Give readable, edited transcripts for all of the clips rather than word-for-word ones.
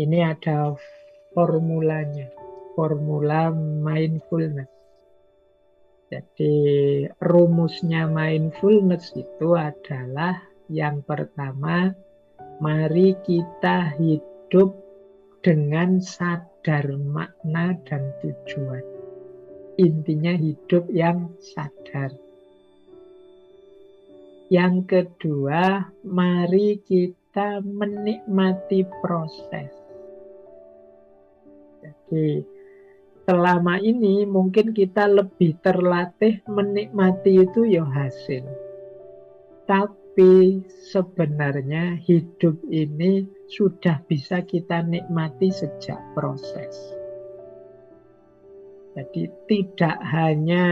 Ini ada formulanya, formula mindfulness. Jadi rumusnya mindfulness itu adalah yang pertama, mari kita hidup dengan sadar makna dan tujuan. Intinya hidup yang sadar. Yang kedua, mari kita menikmati proses. Jadi selama ini mungkin kita lebih terlatih menikmati itu ya hasil. Tapi sebenarnya hidup ini sudah bisa kita nikmati sejak proses. Jadi tidak hanya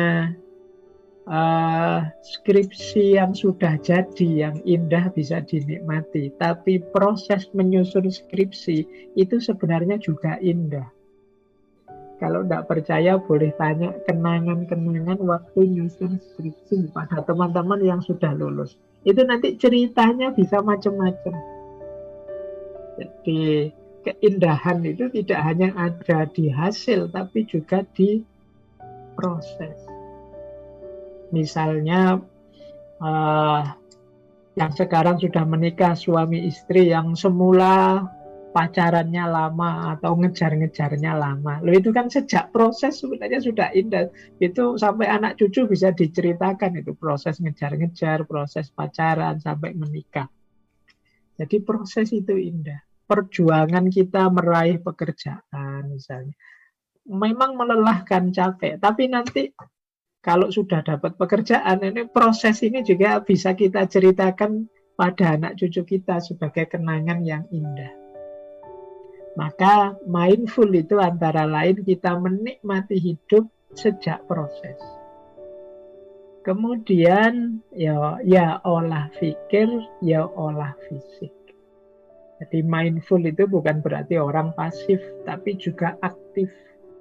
skripsi yang sudah jadi, yang indah bisa dinikmati, tapi proses menyusun skripsi itu sebenarnya juga indah. Kalau tidak percaya boleh tanya kenangan-kenangan waktu nyusun skripsi pada teman-teman yang sudah lulus. Itu nanti ceritanya bisa macam-macam. Jadi keindahan itu tidak hanya ada di hasil, tapi juga di proses. Misalnya yang sekarang sudah menikah, suami istri yang semula pacarannya lama atau ngejar-ngejarnya lama. Loh itu kan sejak proses sebenarnya sudah indah. Itu sampai anak cucu bisa diceritakan itu proses ngejar-ngejar, proses pacaran sampai menikah. Jadi proses itu indah. Perjuangan kita meraih pekerjaan misalnya. Memang melelahkan, capek, tapi nanti kalau sudah dapat pekerjaan, ini proses ini juga bisa kita ceritakan pada anak cucu kita sebagai kenangan yang indah. Maka mindful itu antara lain kita menikmati hidup sejak proses. Kemudian ya olah pikir, ya olah fisik. Jadi mindful itu bukan berarti orang pasif, tapi juga aktif.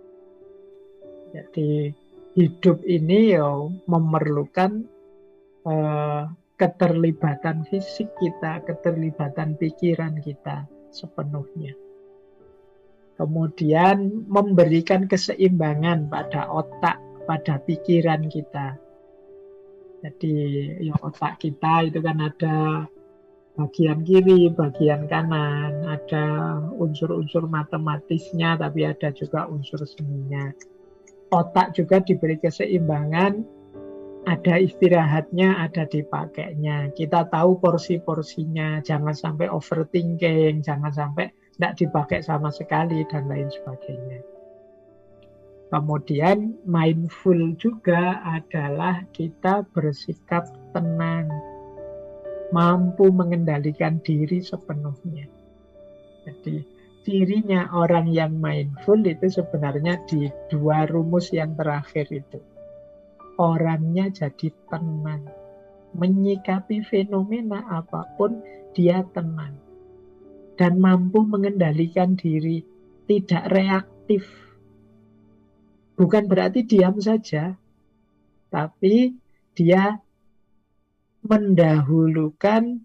Jadi hidup ini ya memerlukan keterlibatan fisik kita, keterlibatan pikiran kita sepenuhnya. Kemudian memberikan keseimbangan pada otak, pada pikiran kita. Jadi ya otak kita itu kan ada bagian kiri, bagian kanan, ada unsur-unsur matematisnya, tapi ada juga unsur seninya. Otak juga diberi keseimbangan, ada istirahatnya, ada dipakainya. Kita tahu porsi-porsinya, jangan sampai overthinking, jangan sampai tidak dipakai sama sekali, dan lain sebagainya. Kemudian mindful juga adalah kita bersikap tenang, mampu mengendalikan diri sepenuhnya. Jadi cirinya orang yang mindful itu sebenarnya di dua rumus yang terakhir itu. Orangnya jadi tenang. Menyikapi fenomena apapun, dia tenang. Dan mampu mengendalikan diri. Tidak reaktif. Bukan berarti diam saja. Tapi dia mendahulukan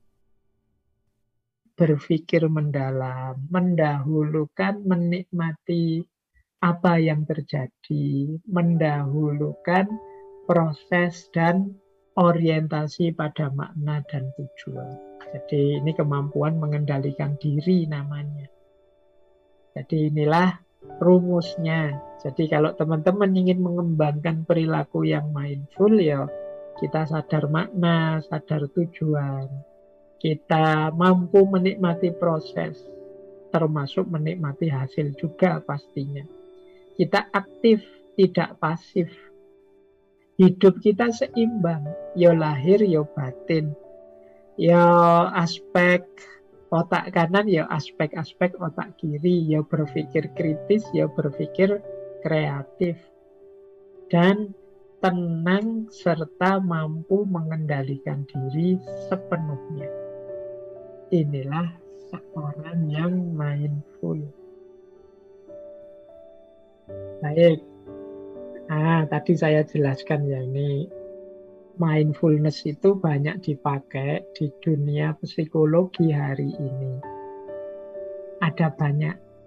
berpikir mendalam. Mendahulukan menikmati apa yang terjadi. Mendahulukan proses dan orientasi pada makna dan tujuan. Jadi ini kemampuan mengendalikan diri namanya. Jadi inilah rumusnya. Jadi kalau teman-teman ingin mengembangkan perilaku yang mindful, ya kita sadar makna, sadar tujuan. Kita mampu menikmati proses, termasuk menikmati hasil juga pastinya. Kita aktif, tidak pasif. Hidup kita seimbang, ya lahir, ya batin. Ya aspek otak kanan, ya aspek-aspek otak kiri. Ya berpikir kritis, ya berpikir kreatif. Dan tenang serta mampu mengendalikan diri sepenuhnya. Inilah seorang yang mindful. Baik. Tadi saya jelaskan ya, ini mindfulness itu banyak dipakai di dunia psikologi hari ini. Ada banyak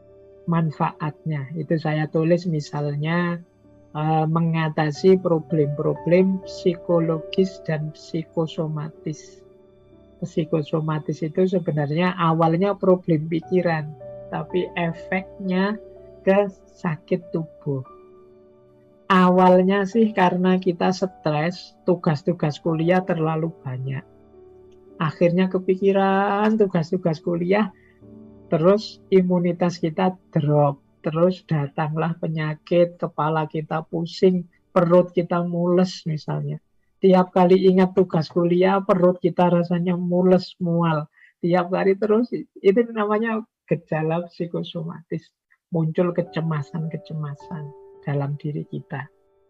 manfaatnya. Itu saya tulis misalnya mengatasi problem-problem psikologis dan psikosomatis. Psikosomatis itu sebenarnya awalnya problem pikiran, tapi efeknya ke sakit tubuh. Awalnya sih karena kita stres, tugas-tugas kuliah terlalu banyak. Akhirnya kepikiran tugas-tugas kuliah, terus imunitas kita drop. Terus datanglah penyakit, kepala kita pusing, perut kita mules misalnya. Tiap kali ingat tugas kuliah, perut kita rasanya mules, mual. Tiap kali terus, itu namanya gejala psikosomatis. Muncul kecemasan-kecemasan dalam diri kita.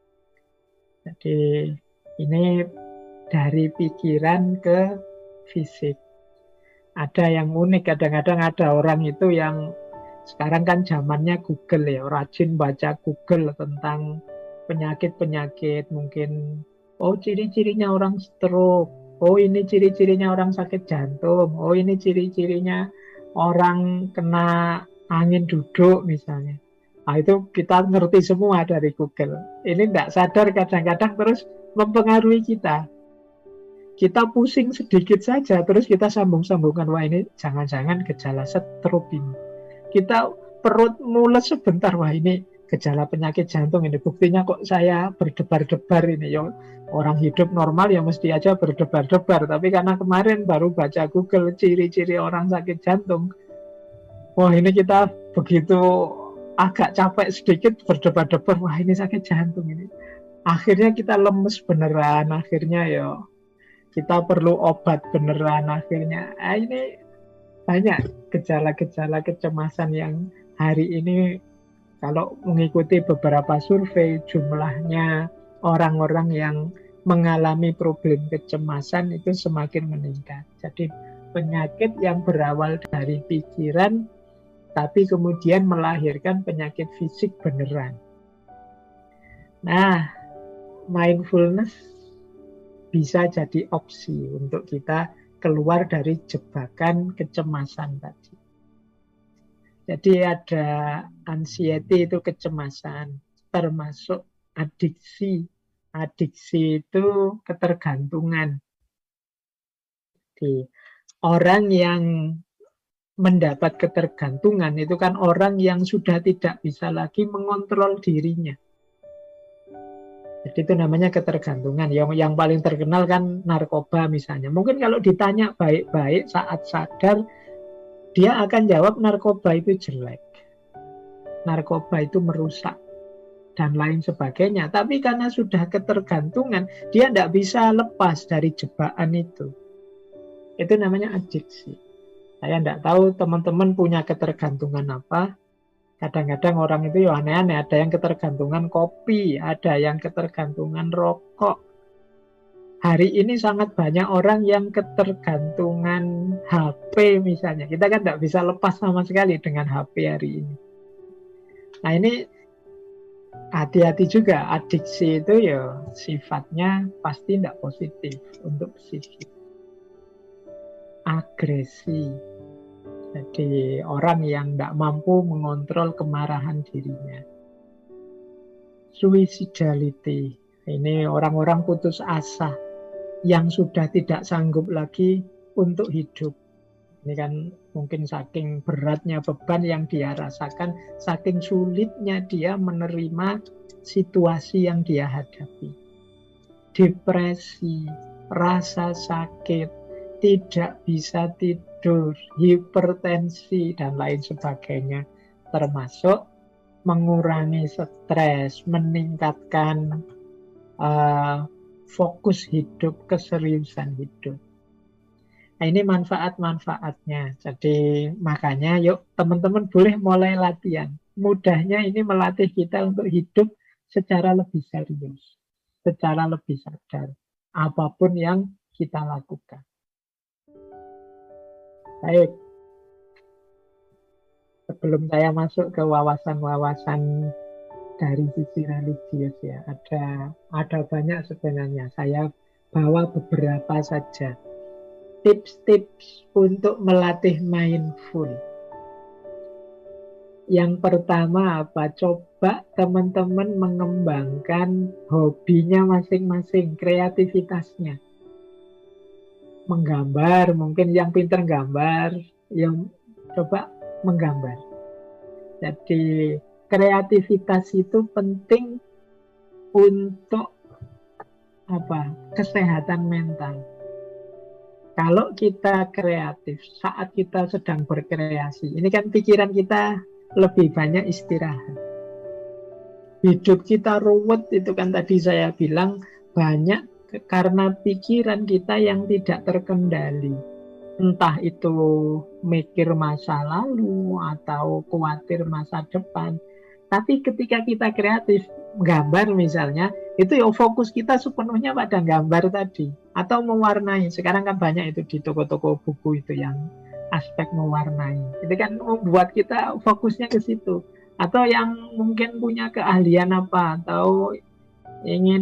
Jadi ini dari pikiran ke fisik. Ada yang unik, kadang-kadang ada orang itu yang sekarang kan zamannya Google ya, rajin baca Google tentang penyakit-penyakit, mungkin oh ciri-cirinya orang stroke, oh ini ciri-cirinya orang sakit jantung, oh ini ciri-cirinya orang kena angin duduk misalnya. Nah itu kita ngerti semua dari Google. Ini tidak sadar kadang-kadang terus mempengaruhi kita. Kita pusing sedikit saja, terus kita sambung-sambungkan, wah ini jangan-jangan gejala stroke ini. Kita perut mules sebentar, wah ini gejala penyakit jantung ini. Buktinya kok saya berdebar-debar ini. Ya, orang hidup normal ya mesti aja berdebar-debar. Tapi karena kemarin baru baca Google ciri-ciri orang sakit jantung, wah ini kita begitu agak capek sedikit berdebar-debar, wah ini sakit jantung ini. Akhirnya kita lemes beneran, akhirnya ya kita perlu obat beneran akhirnya. Ini banyak gejala-gejala kecemasan yang hari ini kalau mengikuti beberapa survei jumlahnya orang-orang yang mengalami problem kecemasan itu semakin meningkat. Jadi penyakit yang berawal dari pikiran tapi kemudian melahirkan penyakit fisik beneran. Nah, mindfulness bisa jadi opsi untuk kita keluar dari jebakan kecemasan tadi. Jadi ada anxiety itu kecemasan, termasuk adiksi. Adiksi itu ketergantungan. Jadi orang yang mendapat ketergantungan itu kan orang yang sudah tidak bisa lagi mengontrol dirinya. Jadi itu namanya ketergantungan. Yang paling terkenal kan narkoba misalnya. Mungkin kalau ditanya baik-baik saat sadar, dia akan jawab narkoba itu jelek. Narkoba itu merusak. Dan lain sebagainya. Tapi karena sudah ketergantungan, dia tidak bisa lepas dari jebakan itu. Itu namanya adiksi. Saya tidak tahu teman-teman punya ketergantungan apa. Kadang-kadang orang itu ya aneh-aneh. Ada yang ketergantungan kopi, ada yang ketergantungan rokok. Hari ini sangat banyak orang yang ketergantungan HP misalnya. Kita kan tidak bisa lepas sama sekali dengan HP hari ini. Nah ini hati-hati juga. Adiksi itu ya sifatnya pasti tidak positif untuk psikis. Agresi. Jadi orang yang tidak mampu mengontrol kemarahan dirinya. Suicidality. Ini orang-orang putus asa yang sudah tidak sanggup lagi untuk hidup. Ini kan mungkin saking beratnya beban yang dia rasakan, saking sulitnya dia menerima situasi yang dia hadapi. Depresi, rasa sakit, tidak bisa tidur, hipertensi, dan lain sebagainya. Termasuk mengurangi stres, meningkatkan fokus hidup, keseriusan hidup. Nah, ini manfaat-manfaatnya. Jadi makanya yuk teman-teman boleh mulai latihan. Mudahnya ini melatih kita untuk hidup secara lebih serius, secara lebih sadar. Apapun yang kita lakukan. Baik. Sebelum saya masuk ke wawasan-wawasan dari sisi religius ya, ada banyak sebenarnya. Saya bawa beberapa saja. Tips-tips untuk melatih mindful. Yang pertama apa? Coba teman-teman mengembangkan hobinya masing-masing, kreativitasnya. Menggambar, mungkin yang pinter gambar, yang coba menggambar. Jadi kreativitas itu penting untuk apa? Kesehatan mental. Kalau kita kreatif saat kita sedang berkreasi, ini kan pikiran kita lebih banyak istirahat. Hidup kita ruwet itu kan tadi saya bilang banyak karena pikiran kita yang tidak terkendali. Entah itu mikir masa lalu atau khawatir masa depan. Tapi ketika kita kreatif, gambar misalnya, itu ya fokus kita sepenuhnya pada gambar tadi. Atau mewarnai. Sekarang kan banyak itu di toko-toko buku itu yang aspek mewarnai. Itu kan membuat kita fokusnya ke situ. Atau yang mungkin punya keahlian apa, atau ingin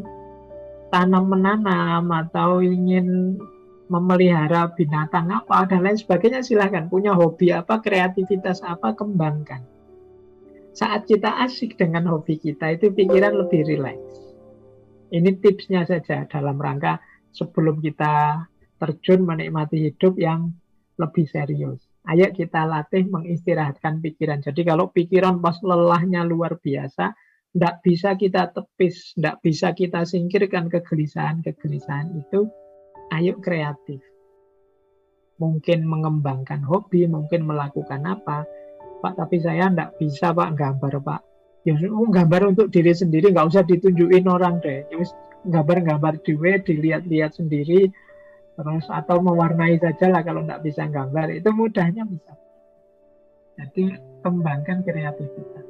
tanam menanam, atau ingin memelihara binatang apa dan lain sebagainya, silahkan. Punya hobi apa, kreativitas apa, kembangkan. Saat kita asik dengan hobi kita, itu pikiran lebih rileks. Ini tipsnya saja dalam rangka sebelum kita terjun menikmati hidup yang lebih serius. Ayo kita latih mengistirahatkan pikiran. Jadi kalau pikiran pas lelahnya luar biasa, tidak bisa kita tepis, tidak bisa kita singkirkan kegelisahan-kegelisahan itu. Ayo kreatif. Mungkin mengembangkan hobi, mungkin melakukan apa. Pak, tapi saya tidak bisa Pak gambar Pak. Ya gambar untuk diri sendiri, nggak usah ditunjukin orang deh. Ya, gambar-gambar dilihat-lihat sendiri, terus atau mewarnai saja lah kalau nggak bisa gambar. Itu mudahnya bisa. Jadi kembangkan kreativitas.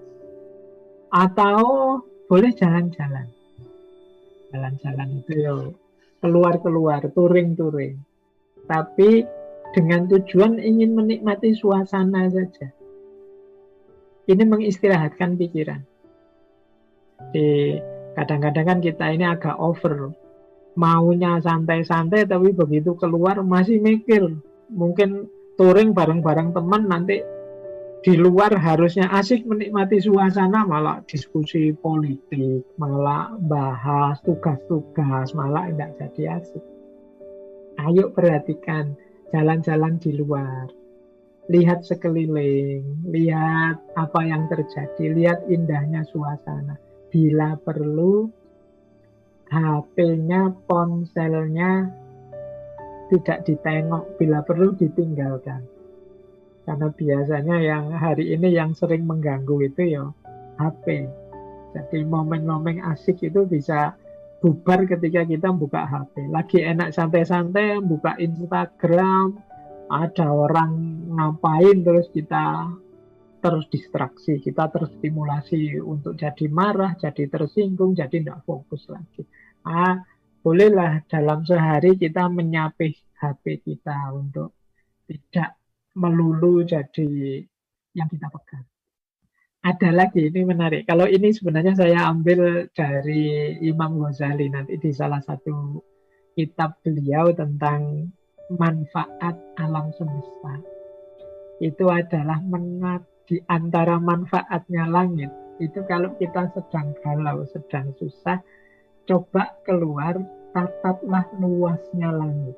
Atau boleh jalan-jalan. Jalan-jalan itu yo keluar-keluar, touring-touring. Tapi dengan tujuan ingin menikmati suasana saja. Ini mengistirahatkan pikiran. Kadang-kadang kan kita ini agak over. Maunya santai-santai, tapi begitu keluar masih mikir. Mungkin touring bareng-bareng teman, nanti di luar harusnya asik menikmati suasana, malah diskusi politik, malah bahas tugas-tugas, malah tidak jadi asik. Ayo perhatikan jalan-jalan di luar. Lihat sekeliling, lihat apa yang terjadi, lihat indahnya suasana. Bila perlu, HP-nya, ponselnya tidak ditengok, bila perlu ditinggalkan. Karena biasanya yang hari ini yang sering mengganggu itu ya HP. Jadi momen-momen asik itu bisa bubar ketika kita buka HP. Lagi enak santai-santai, buka Instagram, ada orang ngapain terus kita terus distraksi, kita terstimulasi untuk jadi marah, jadi tersinggung, jadi tidak fokus lagi. Bolehlah dalam sehari kita menyapih HP kita untuk tidak melulu jadi yang kita pegang. Ada lagi, ini menarik. Kalau ini sebenarnya saya ambil dari Imam Ghazali nanti di salah satu kitab beliau tentang manfaat alam semesta. Itu adalah di antara manfaatnya langit. Itu kalau kita sedang galau, sedang susah, coba keluar, tataplah luasnya langit.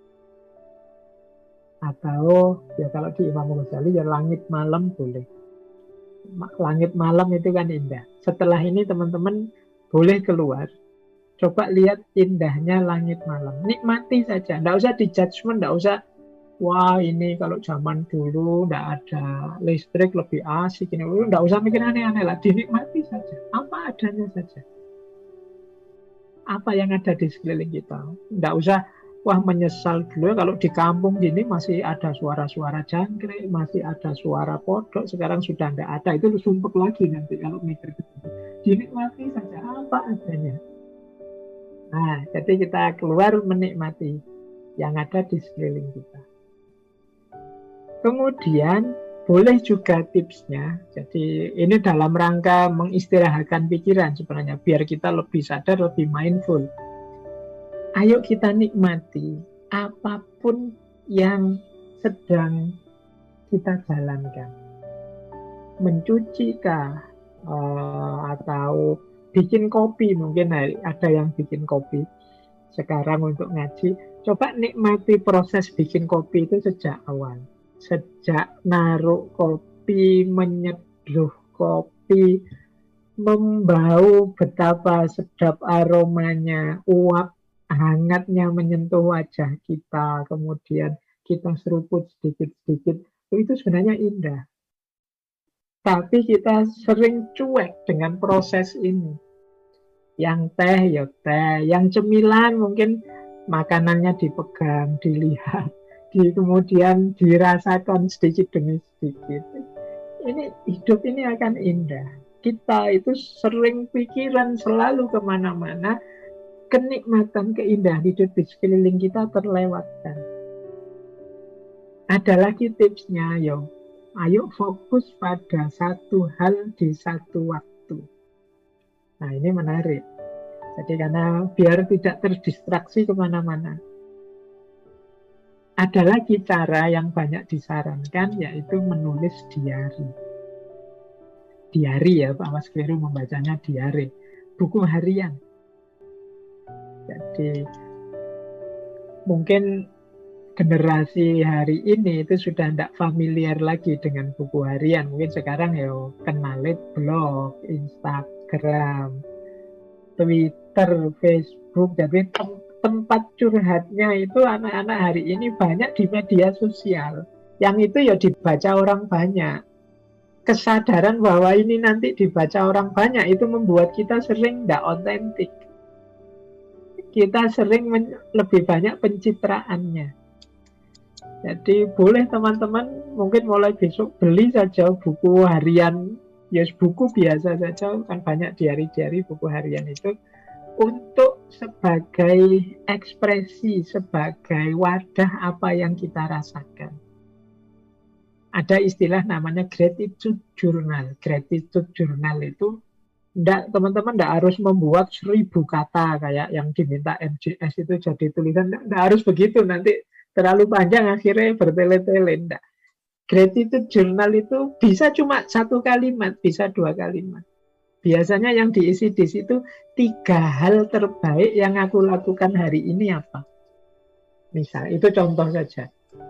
Atau ya kalau di Imam Ghazali ya langit malam boleh. Langit malam itu kan indah. Setelah ini teman-teman boleh keluar, coba lihat indahnya langit malam. Nikmati saja, tidak usah di-judgment, tidak usah wah ini kalau zaman dulu tidak ada listrik lebih asik ini, tidak usah mikir aneh-aneh lah, dinikmati saja, apa adanya saja. Apa yang ada di sekeliling kita, tidak usah wah menyesal dulu kalau di kampung gini masih ada suara-suara jangkrik, masih ada suara kodok, sekarang sudah tidak ada, itu sumpek lagi nanti kalau mikir gitu. Dinikmati saja apa adanya. Nah, jadi kita keluar menikmati yang ada di sekeliling kita. Kemudian boleh juga tipsnya, jadi ini dalam rangka mengistirahatkan pikiran sebenarnya, biar kita lebih sadar, lebih mindful. Ayo kita nikmati apapun yang sedang kita jalankan. mencuci kah, atau bikin kopi, mungkin ada yang bikin kopi sekarang untuk ngaji. Coba nikmati proses bikin kopi itu sejak awal, sejak naruh kopi, menyeduh kopi, membau, betapa sedap aromanya, uap hangatnya menyentuh wajah kita, kemudian kita seruput sedikit-sedikit, itu sebenarnya indah. Tapi kita sering cuek dengan proses ini. Yang teh ya teh, yang cemilan mungkin makanannya dipegang, dilihat, kemudian dirasakan sedikit demi sedikit. Ini hidup ini akan indah. Kita itu sering pikiran selalu kemana-mana, kenikmatan, keindahan hidup di sekeliling kita terlewatkan. Ada lagi tipsnya, yo. Ayo fokus pada satu hal di satu waktu. Nah, ini menarik. Jadi karena biar tidak terdistraksi kemana-mana. Ada lagi cara yang banyak disarankan, yaitu menulis diari. Diari ya, Pak Mas Keliru membacanya diari. Buku harian. Jadi mungkin generasi hari ini itu sudah tidak familiar lagi dengan buku harian. Mungkin sekarang ya kenalin blog, Instagram, Twitter, Facebook. Jadi tempat curhatnya itu anak-anak hari ini banyak di media sosial. Yang itu ya dibaca orang banyak. Kesadaran bahwa ini nanti dibaca orang banyak itu membuat kita sering tidak otentik. Kita sering lebih banyak pencitraannya. Jadi boleh teman-teman mungkin mulai besok beli saja buku harian, ya buku biasa saja, kan banyak diari-diari buku harian itu, untuk sebagai ekspresi, sebagai wadah apa yang kita rasakan. Ada istilah namanya gratitude journal. Gratitude journal itu teman-teman tidak harus membuat 1000 kata kayak yang diminta MJS itu jadi tulisan. Tidak harus begitu, nanti terlalu panjang akhirnya bertele-tele. Enggak. Gratitude journal itu bisa cuma 1 kalimat, bisa 2 kalimat. Biasanya yang diisi di situ 3 hal terbaik yang aku lakukan hari ini apa. Misal, itu contoh saja.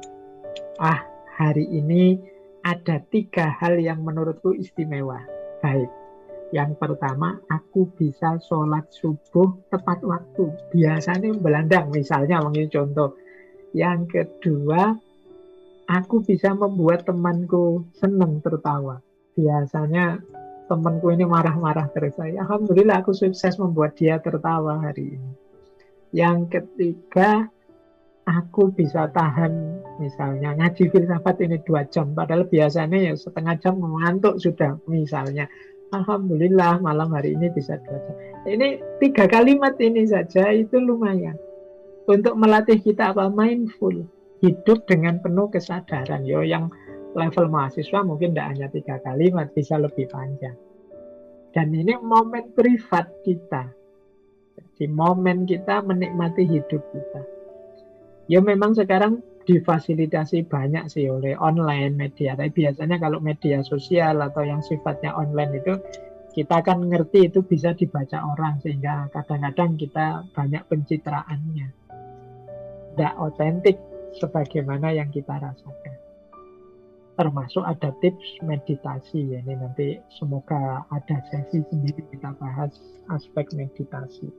Hari ini ada 3 hal yang menurutku istimewa. Baik. Yang pertama, aku bisa sholat subuh tepat waktu. Biasanya belandang, misalnya mungkin contoh. Yang kedua, aku bisa membuat temanku senang tertawa. Biasanya temanku ini marah-marah terus. Alhamdulillah aku sukses membuat dia tertawa hari ini. Yang ketiga, aku bisa tahan misalnya ngaji filsafat ini 2 jam. Padahal biasanya ya setengah jam mengantuk sudah misalnya. Alhamdulillah malam hari ini bisa 2 jam. Ini 3 kalimat ini saja itu lumayan. Untuk melatih kita apa? Mindful. Hidup dengan penuh kesadaran. Yang level mahasiswa mungkin tidak hanya 3 kalimat, bisa lebih panjang. Dan ini momen privat kita. Jadi momen kita menikmati hidup kita. Memang sekarang difasilitasi banyak sih oleh online media. Tapi biasanya kalau media sosial atau yang sifatnya online itu kita kan ngerti itu bisa dibaca orang sehingga kadang-kadang kita banyak pencitraannya. Tidak otentik sebagaimana yang kita rasakan. Termasuk ada tips meditasi. Ini nanti semoga ada sesi sendiri kita bahas aspek meditasi.